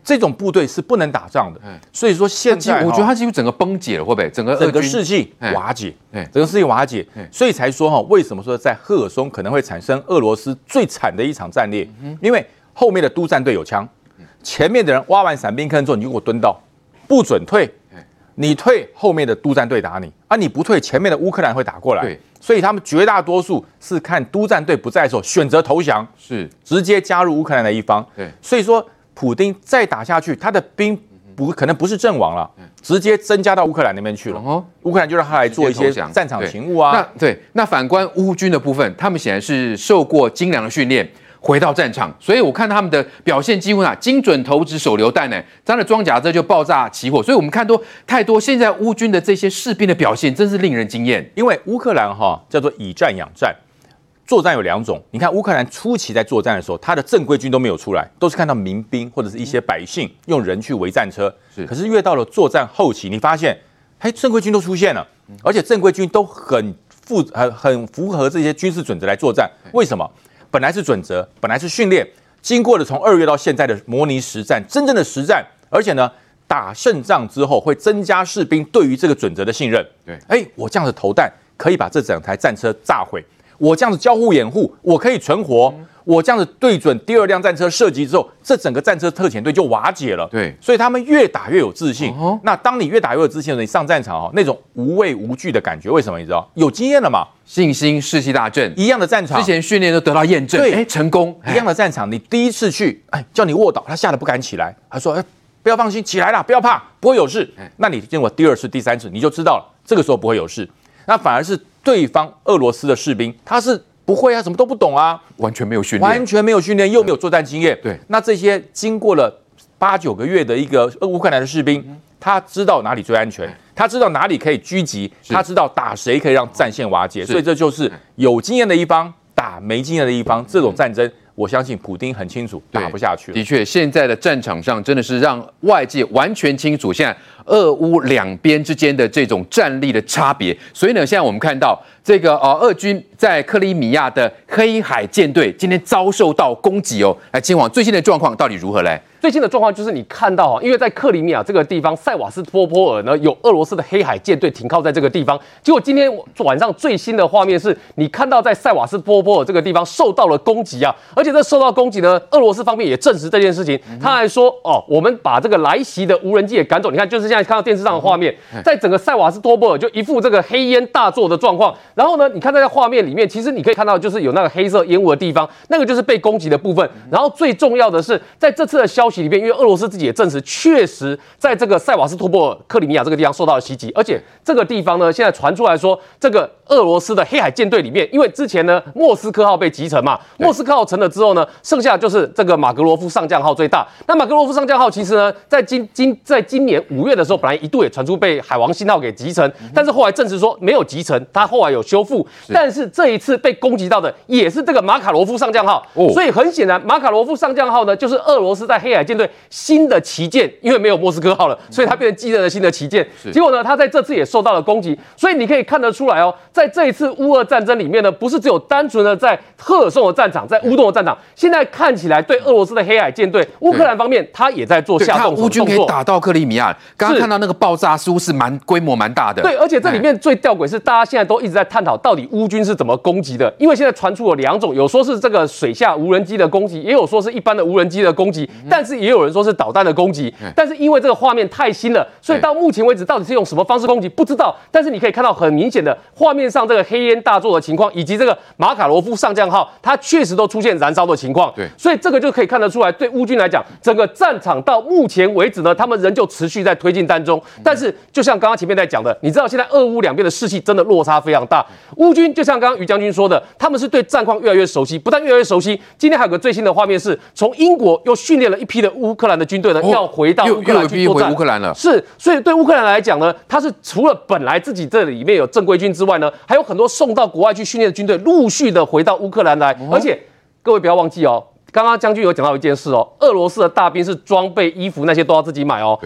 Speaker 7: 这种部队是不能打仗的。所以说现在
Speaker 4: 我觉得他几乎整个崩解了，会不会整个
Speaker 7: 士气瓦解？整个士气瓦解，所以才说为什么说在赫尔松可能会产生俄罗斯最惨的一场战略？因为后面的督战队有枪，前面的人挖完伞兵坑之后，你就给我蹲到，不准退。你退，后面的督战队打你啊！你不退，前面的乌克兰会打过来。对，所以他们绝大多数是看督战队不在的时候选择投降，是直接加入乌克兰的一方。对，所以说普丁再打下去，他的兵可能不是阵亡了，直接增加到乌克兰那边去了。乌克兰就让他来做一些战场勤务啊。
Speaker 4: 那反观乌军的部分，他们显然是受过精良的训练。回到战场，所以我看他们的表现几乎精准投掷手榴弹呢，这样的装甲车就爆炸起火，所以我们看太多现在乌军的这些士兵的表现，真是令人惊艳。
Speaker 7: 因为乌克兰叫做以战养战，作战有2种。你看乌克兰初期在作战的时候，他的正规军都没有出来，都是看到民兵或者是一些百姓用人去围战车。可是越到了作战后期，你发现，正规军都出现了，而且正规军都很符合这些军事准则来作战。为什么？本来是准则，本来是训练，经过了从2月到现在的模拟实战，真正的实战，而且呢，打胜仗之后会增加士兵对于这个准则的信任。对，我这样子投弹可以把这整台战车炸毁，我这样子交互掩护，我可以存活。我这样子对准第2辆战车射击之后，这整个战车特遣队就瓦解了。对，所以他们越打越有自信。那当你越打越有自信的时候，你上战场那种无畏无惧的感觉，为什么？你知道，有经验了嘛？
Speaker 4: 信心士气大振，
Speaker 7: 一样的战场，
Speaker 4: 之前训练都得到验证，对，成功。
Speaker 7: 一样的战场，你第一次去，叫你卧倒，他吓得不敢起来，他说，不要放心，起来啦，不要怕，不会有事。那你经过第2次、第3次，你就知道了，这个时候不会有事。那反而是对方俄罗斯的士兵，他是不会什么都不懂啊，
Speaker 4: 完全没有训
Speaker 7: 练，又没有作战经验。对，那这些经过了8、9个月的一个乌克兰的士兵，他知道哪里最安全，他知道哪里可以狙击，他知道打谁可以让战线瓦解，所以这就是有经验的一方打没经验的一方，这种战争。我相信普丁很清楚打不下去了。
Speaker 4: 的确，现在的战场上真的是让外界完全清楚现在俄乌两边之间的这种战力的差别。所以呢，现在我们看到这个俄军在克里米亚的黑海舰队今天遭受到攻击哦。来，今晚最新的状况到底如何嘞？
Speaker 9: 最新的状况就是你看到因为在克里米亚这个地方塞瓦斯托波尔呢，有俄罗斯的黑海舰队停靠在这个地方。结果今天晚上最新的画面是你看到在塞瓦斯托波尔这个地方受到了攻击啊，而且这受到攻击呢，俄罗斯方面也证实这件事情，他还说我们把这个来袭的无人机也赶走。你看，就是现在看到电视上的画面，在整个塞瓦斯托波尔就一副这个黑烟大作的状况。然后呢，你看在画面里面，其实你可以看到就是有那个黑色烟雾的地方，那个就是被攻击的部分。然后最重要的是，在这次的消息里面，因为俄罗斯自己也证实，确实在这个塞瓦斯托波尔克里米亚这个地方受到了袭击，而且这个地方呢，现在传出来说，这个俄罗斯的黑海舰队里面，因为之前呢莫斯科号被击沉嘛，莫斯科号沉了之后呢，剩下就是这个马格罗夫上将号最大。那马格罗夫上将号其实呢，在今年5月的时候，本来一度也传出被海王星号给击沉，但是后来证实说没有击沉，它后来有修复。但是这一次被攻击到的也是这个马卡罗夫上将号，所以很显然，马卡罗夫上将号呢，就是俄罗斯在黑海舰队新的旗舰，因为没有莫斯科号了，所以它变成继任了新的旗舰。结果呢，它在这次也受到了攻击，所以你可以看得出来在这一次乌俄战争里面呢，不是只有单纯的在赫尔松的战场，在乌东的战场，现在看起来对俄罗斯的黑海舰队，乌克兰方面他也在做下动手动作。
Speaker 4: 乌军可以打到克里米亚，刚刚看到那个爆炸似乎是规模蛮大的。
Speaker 9: 对，而且这里面最吊诡是，大家现在都一直在探讨到底乌军是怎么攻击的，因为现在传出了2种，有说是这个水下无人机的攻击，也有说是一般的无人机的攻击，但是也有人说是导弹的攻击。但是因为这个画面太新了，所以到目前为止到底是用什么方式攻击不知道。但是你可以看到很明显的画面上这个黑烟大作的情况，以及这个马卡罗夫上将号，它确实都出现燃烧的情况。对，所以这个就可以看得出来，对乌军来讲，整个战场到目前为止呢，他们仍旧持续在推进当中。但是就像刚刚前面在讲的，你知道现在俄乌两边的士气真的落差非常大。乌军就像刚刚于将军说的，他们是对战况越来越熟悉，不但越来越熟悉，今天还有个最新的画面是，从英国又训练了一批的乌克兰的军队呢，要回到乌克兰去作战。
Speaker 4: 乌克兰了，
Speaker 9: 是，所以对乌克兰来讲呢，他是除了本来自己这里面有正规军之外呢，还有很多送到国外去训练的军队陆续的回到乌克兰来，而且各位不要忘记刚刚将军有讲到一件事俄罗斯的大兵是装备、衣服那些都要自己买对。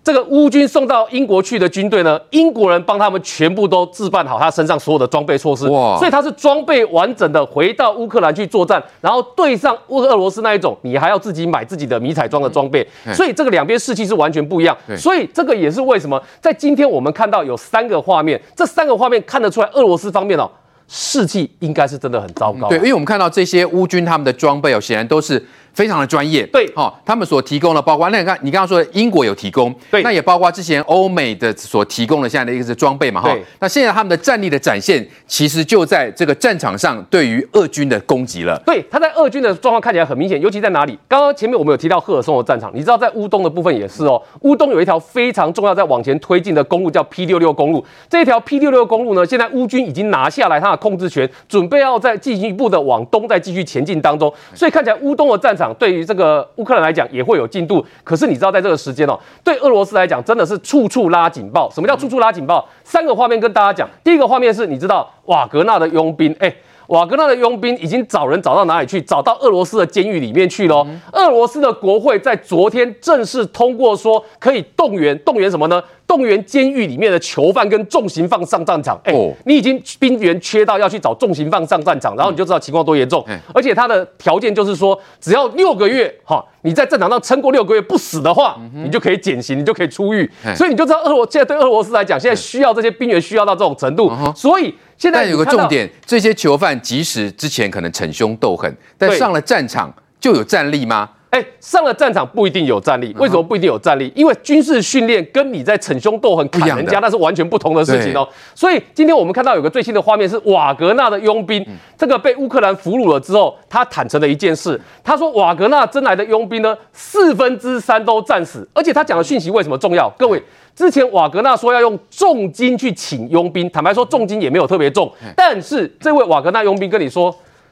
Speaker 9: 这个乌军送到英国去的军队呢，英国人帮他们全部都置办好他身上所有的装备措施，所以他是装备完整的回到乌克兰去作战，然后对上俄罗斯那一种，你还要自己买自己的迷彩装的装备，所以这个两边士气是完全不一样。所以这个也是为什么在今天我们看到有3个画面，这3个画面看得出来俄罗斯方面士气应该是真的很糟糕。
Speaker 4: 对，因为我们看到这些乌军他们的装备显然都是非常的专业。
Speaker 9: 对，
Speaker 4: 他们所提供的，包括那你刚刚说的英国有提供，
Speaker 9: 对，
Speaker 4: 那也包括之前欧美的所提供的现在的一个装备嘛，
Speaker 9: 对。
Speaker 4: 那现在他们的战力的展现，其实就在这个战场上对于俄军的攻击了。
Speaker 9: 对，他在俄军的状况看起来很明显，尤其在哪里？刚刚前面我们有提到赫尔松的战场，你知道在乌东的部分也是乌东有一条非常重要在往前推进的公路，叫 P66公路。这一条 P66公路呢，现在乌军已经拿下来它的控制权，准备要再进一步的往东再继续前进当中。所以看起来乌东的战场对于这个乌克兰来讲也会有进度。可是你知道在这个时间对俄罗斯来讲真的是处处拉警报。什么叫处处拉警报？3个画面跟大家讲。第一个画面是你知道瓦格纳的佣兵，瓦格纳的佣兵已经找人找到哪里去？找到俄罗斯的监狱里面去了。俄罗斯的国会在昨天正式通过说可以动员什么呢？动员监狱里面的囚犯跟重刑犯上战场。你已经兵员缺到要去找重刑犯上战场，然后你就知道情况多严重。而且他的条件就是说，只要6个月你在战场上撑过6个月不死的话，你就可以减刑，你就可以出狱。所以你就知道现在对俄罗斯来讲，现在需要这些兵员需要到这种程度。所以现在
Speaker 4: 有个重点，这些囚犯即使之前可能逞凶斗狠，但上了战场就有战力吗？
Speaker 9: 上了战场不一定有战力。为什么不一定有战力？因为军事训练跟你在逞凶斗狠砍人家那是完全不同的事情所以今天我们看到有个最新的画面是瓦格纳的佣兵，这个被乌克兰俘虏了之后，他坦诚了一件事，他说瓦格纳征来的佣兵呢，3/4都战死。而且他讲的讯息为什么重要？各位，之前瓦格纳说要用重金去请佣兵，坦白说重金也没有特别重，但是这位瓦格纳佣兵跟你说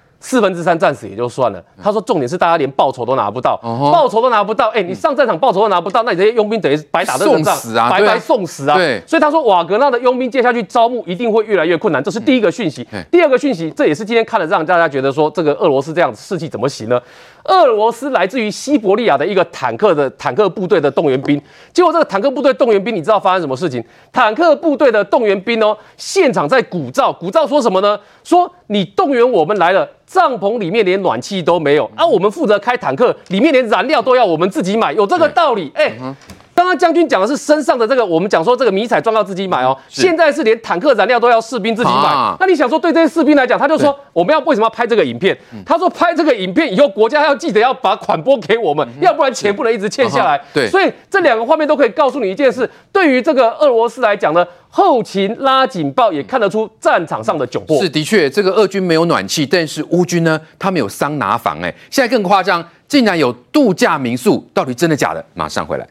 Speaker 9: 3/4战死也就算了，他说重点是大家连报酬都拿不到，报酬都拿不到，你上战场报酬都拿不到，那你这些佣兵等于白打这个仗，白白送死啊！对，所以他说瓦格纳的佣兵接下去招募一定会越来越困难，这是第一个讯息。第二个讯息，这也是今天看了让大家觉得说这个俄罗斯这样士气怎么行呢？俄罗斯来自于西伯利亚的一个坦克部队的动员兵，结果这个坦克部队动员兵，你知道发生什么事情？坦克部队的动员兵现场在鼓噪说什么呢？说你动员我们来了，帐篷里面连暖气都没有我们负责开坦克，里面连燃料都要我们自己买，有这个道理？刚刚将军讲的是身上的这个，我们讲说这个迷彩装要自己买现在是连坦克燃料都要士兵自己买。那你想说对这些士兵来讲，他就说我们为什么要拍这个影片？他说拍这个影片以后，国家要记得要把款拨给我们，要不然钱不能一直欠下来。
Speaker 4: 对，
Speaker 9: 所以这2个画面都可以告诉你一件事：对于这个俄罗斯来讲呢，后勤拉警报也看得出战场上的窘迫。
Speaker 4: 是的确，这个俄军没有暖气，但是乌军呢，他们有桑拿房现在更夸张，竟然有度假民宿，到底真的假的？马上回来。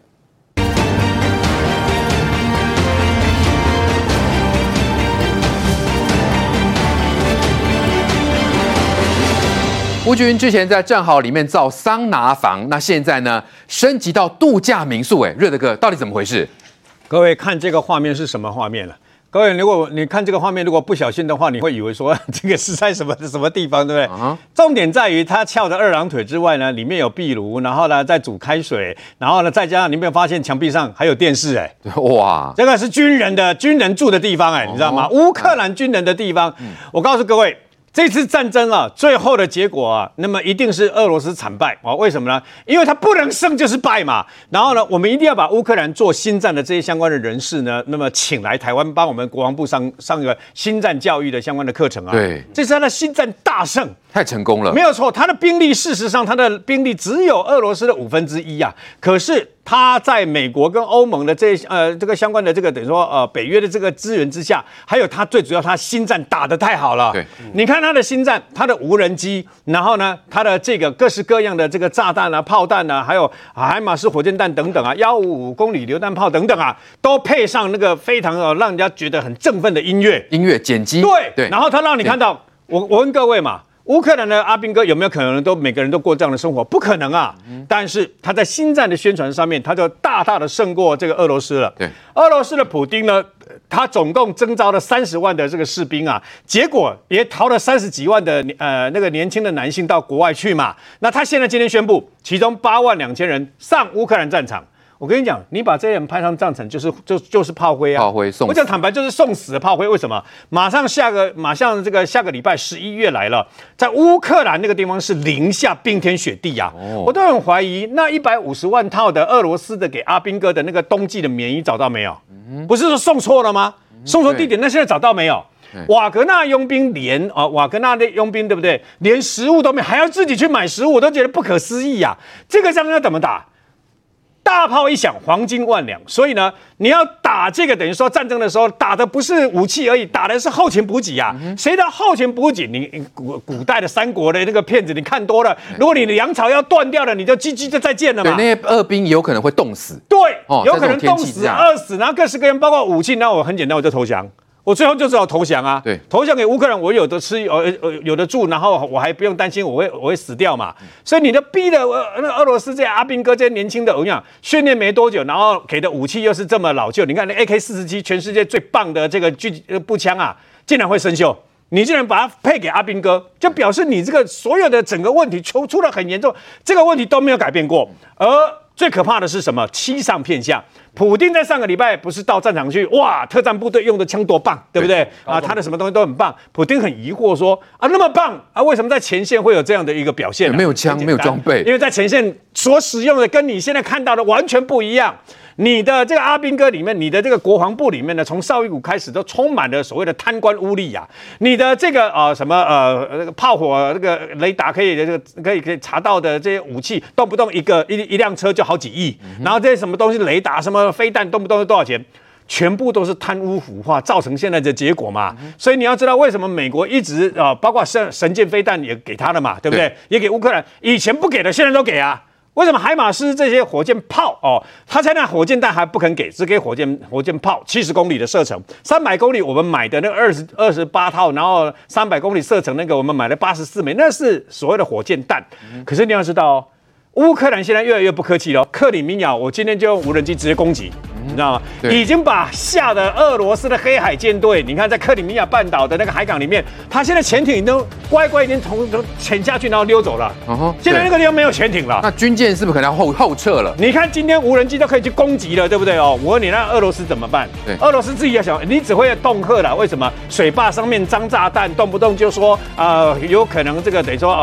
Speaker 4: 乌军之前在战壕里面造桑拿房，那现在呢升级到度假民宿。瑞德哥，到底怎么回事？
Speaker 5: 各位看这个画面是什么画面了？各位，如果你看这个画面，如果不小心的话，你会以为说这个是在什么地方，对不对？重点在于它翘着2郎腿之外呢，里面有壁炉，然后呢再煮开水，然后呢再加上你有没有发现墙壁上还有电视？哇，这个是军人住的地方你知道吗？乌克兰军人的地方。我告诉各位。这次战争最后的结果那么一定是俄罗斯惨败为什么呢？因为他不能胜就是败嘛。然后呢，我们一定要把乌克兰做新战的这些相关的人士呢，那么请来台湾帮我们国防部上一个新战教育的相关的课程
Speaker 4: 对，
Speaker 5: 这是他的新战大胜，
Speaker 4: 太成功了，
Speaker 5: 没有错。他的兵力事实上他的兵力只有俄罗斯的1/5可是他在美国跟欧盟的这个相关的这个等于说北约的这个资源之下，还有他最主要他新战打得太好了。对，你看他的新战，他的无人机，然后呢，他的这个各式各样的这个炸弹炮弹还有海马式火箭弹等等155公里榴弹炮等等都配上那个非常让人家觉得很振奋的音乐剪辑。对，然后他让你看到，我问各位嘛。乌克兰的阿兵哥有没有可能每个人都过这样的生活？不可能但是他在新战的宣传上面，他就大大的胜过这个俄罗斯了。对，俄罗斯的普丁呢，他总共征召了30万的这个士兵结果也逃了30几万的那个年轻的男性到国外去嘛。那他今天宣布，其中8万2千人上乌克兰战场。 我跟你讲，你把这些人派上战场，就是炮灰啊！
Speaker 4: 炮灰送死。
Speaker 5: 我讲坦白，就是送死的炮灰。为什么？马上下个礼拜11月来了，在乌克兰那个地方是零下冰天雪地啊！我都很怀疑，那150万套的俄罗斯的给阿兵哥的那个冬季的棉衣找到没有？不是说送错了吗？送错地点，那现在找到没有？瓦格纳佣兵瓦格纳的佣兵对不对？连食物都没有，还要自己去买食物，我都觉得不可思议啊！这个仗要怎么打？大炮一响，黄金万两。所以呢，你要打这个，等于说战争的时候打的不是武器而已，打的是后勤补给啊。谁的后勤补给？你古代的三国的那个片子你看多了，如果你的粮草要断掉了，你就 GG 就再见了嘛。
Speaker 4: 对，那些俄兵有可能会冻死。
Speaker 5: 对，有可能冻死、饿死，然后各式各样，包括武器，那我很简单，我就投降。我最后就只好投降啊！
Speaker 4: 对，
Speaker 5: 投降给乌克兰，我有的吃，有的住，然后我还不用担心我会死掉嘛。所以你的逼的那俄罗斯这些阿兵哥这些年轻的，我跟你讲，训练没多久，然后给的武器又是这么老旧。你看那 AK-47，全世界最棒的这个步枪啊，竟然会生锈。你竟然把它配给阿兵哥，就表示你这个所有的整个问题出了很严重，这个问题都没有改变过。而最可怕的是什么？欺上骗下。普丁在上个礼拜不是到战场去，哇，特战部队用的枪多棒，对不对？啊，他的什么东西都很棒。普丁很疑惑说，啊，那么棒啊，为什么在前线会有这样的一个表现呢？
Speaker 4: 没有枪，没有装备，
Speaker 5: 因为在前线所使用的跟你现在看到的完全不一样。你的这个阿兵哥里面，你的这个国防部里面呢，从绍伊古开始都充满了所谓的贪官污吏啊。你的这个那个炮火那个雷达可以查到的这些武器，动不动一辆车就好几亿，然后这些什么东西雷达什么飞弹动不动就多少钱？全部都是贪污腐化造成现在的结果嘛。所以你要知道为什么美国一直包括神剑飞弹也给他了嘛，对不对？也给乌克兰，以前不给的，现在都给啊。为什么海马斯这些火箭炮他现在火箭弹还不肯给，只给火箭炮70公里的射程，300公里我们买的那个28套，然后300公里射程那个我们买了84枚，那是所谓的火箭弹。可是你要知道乌克兰现在越来越不客气了，克里米亚我今天就用无人机直接攻击。你知道吗？已经把下的俄罗斯的黑海舰队，你看在克里米亚半岛的那个海港里面，他现在潜艇都乖乖已经从潜下去，然后溜走了。现在那个地方没有潜艇了，
Speaker 4: 那军舰是不是可能要后撤了？
Speaker 5: 你看今天无人机都可以去攻击了，对不对我问你，那俄罗斯怎么办？俄罗斯自己要想，你只会恫吓了。为什么？水坝上面装炸弹，动不动就说有可能这个等于说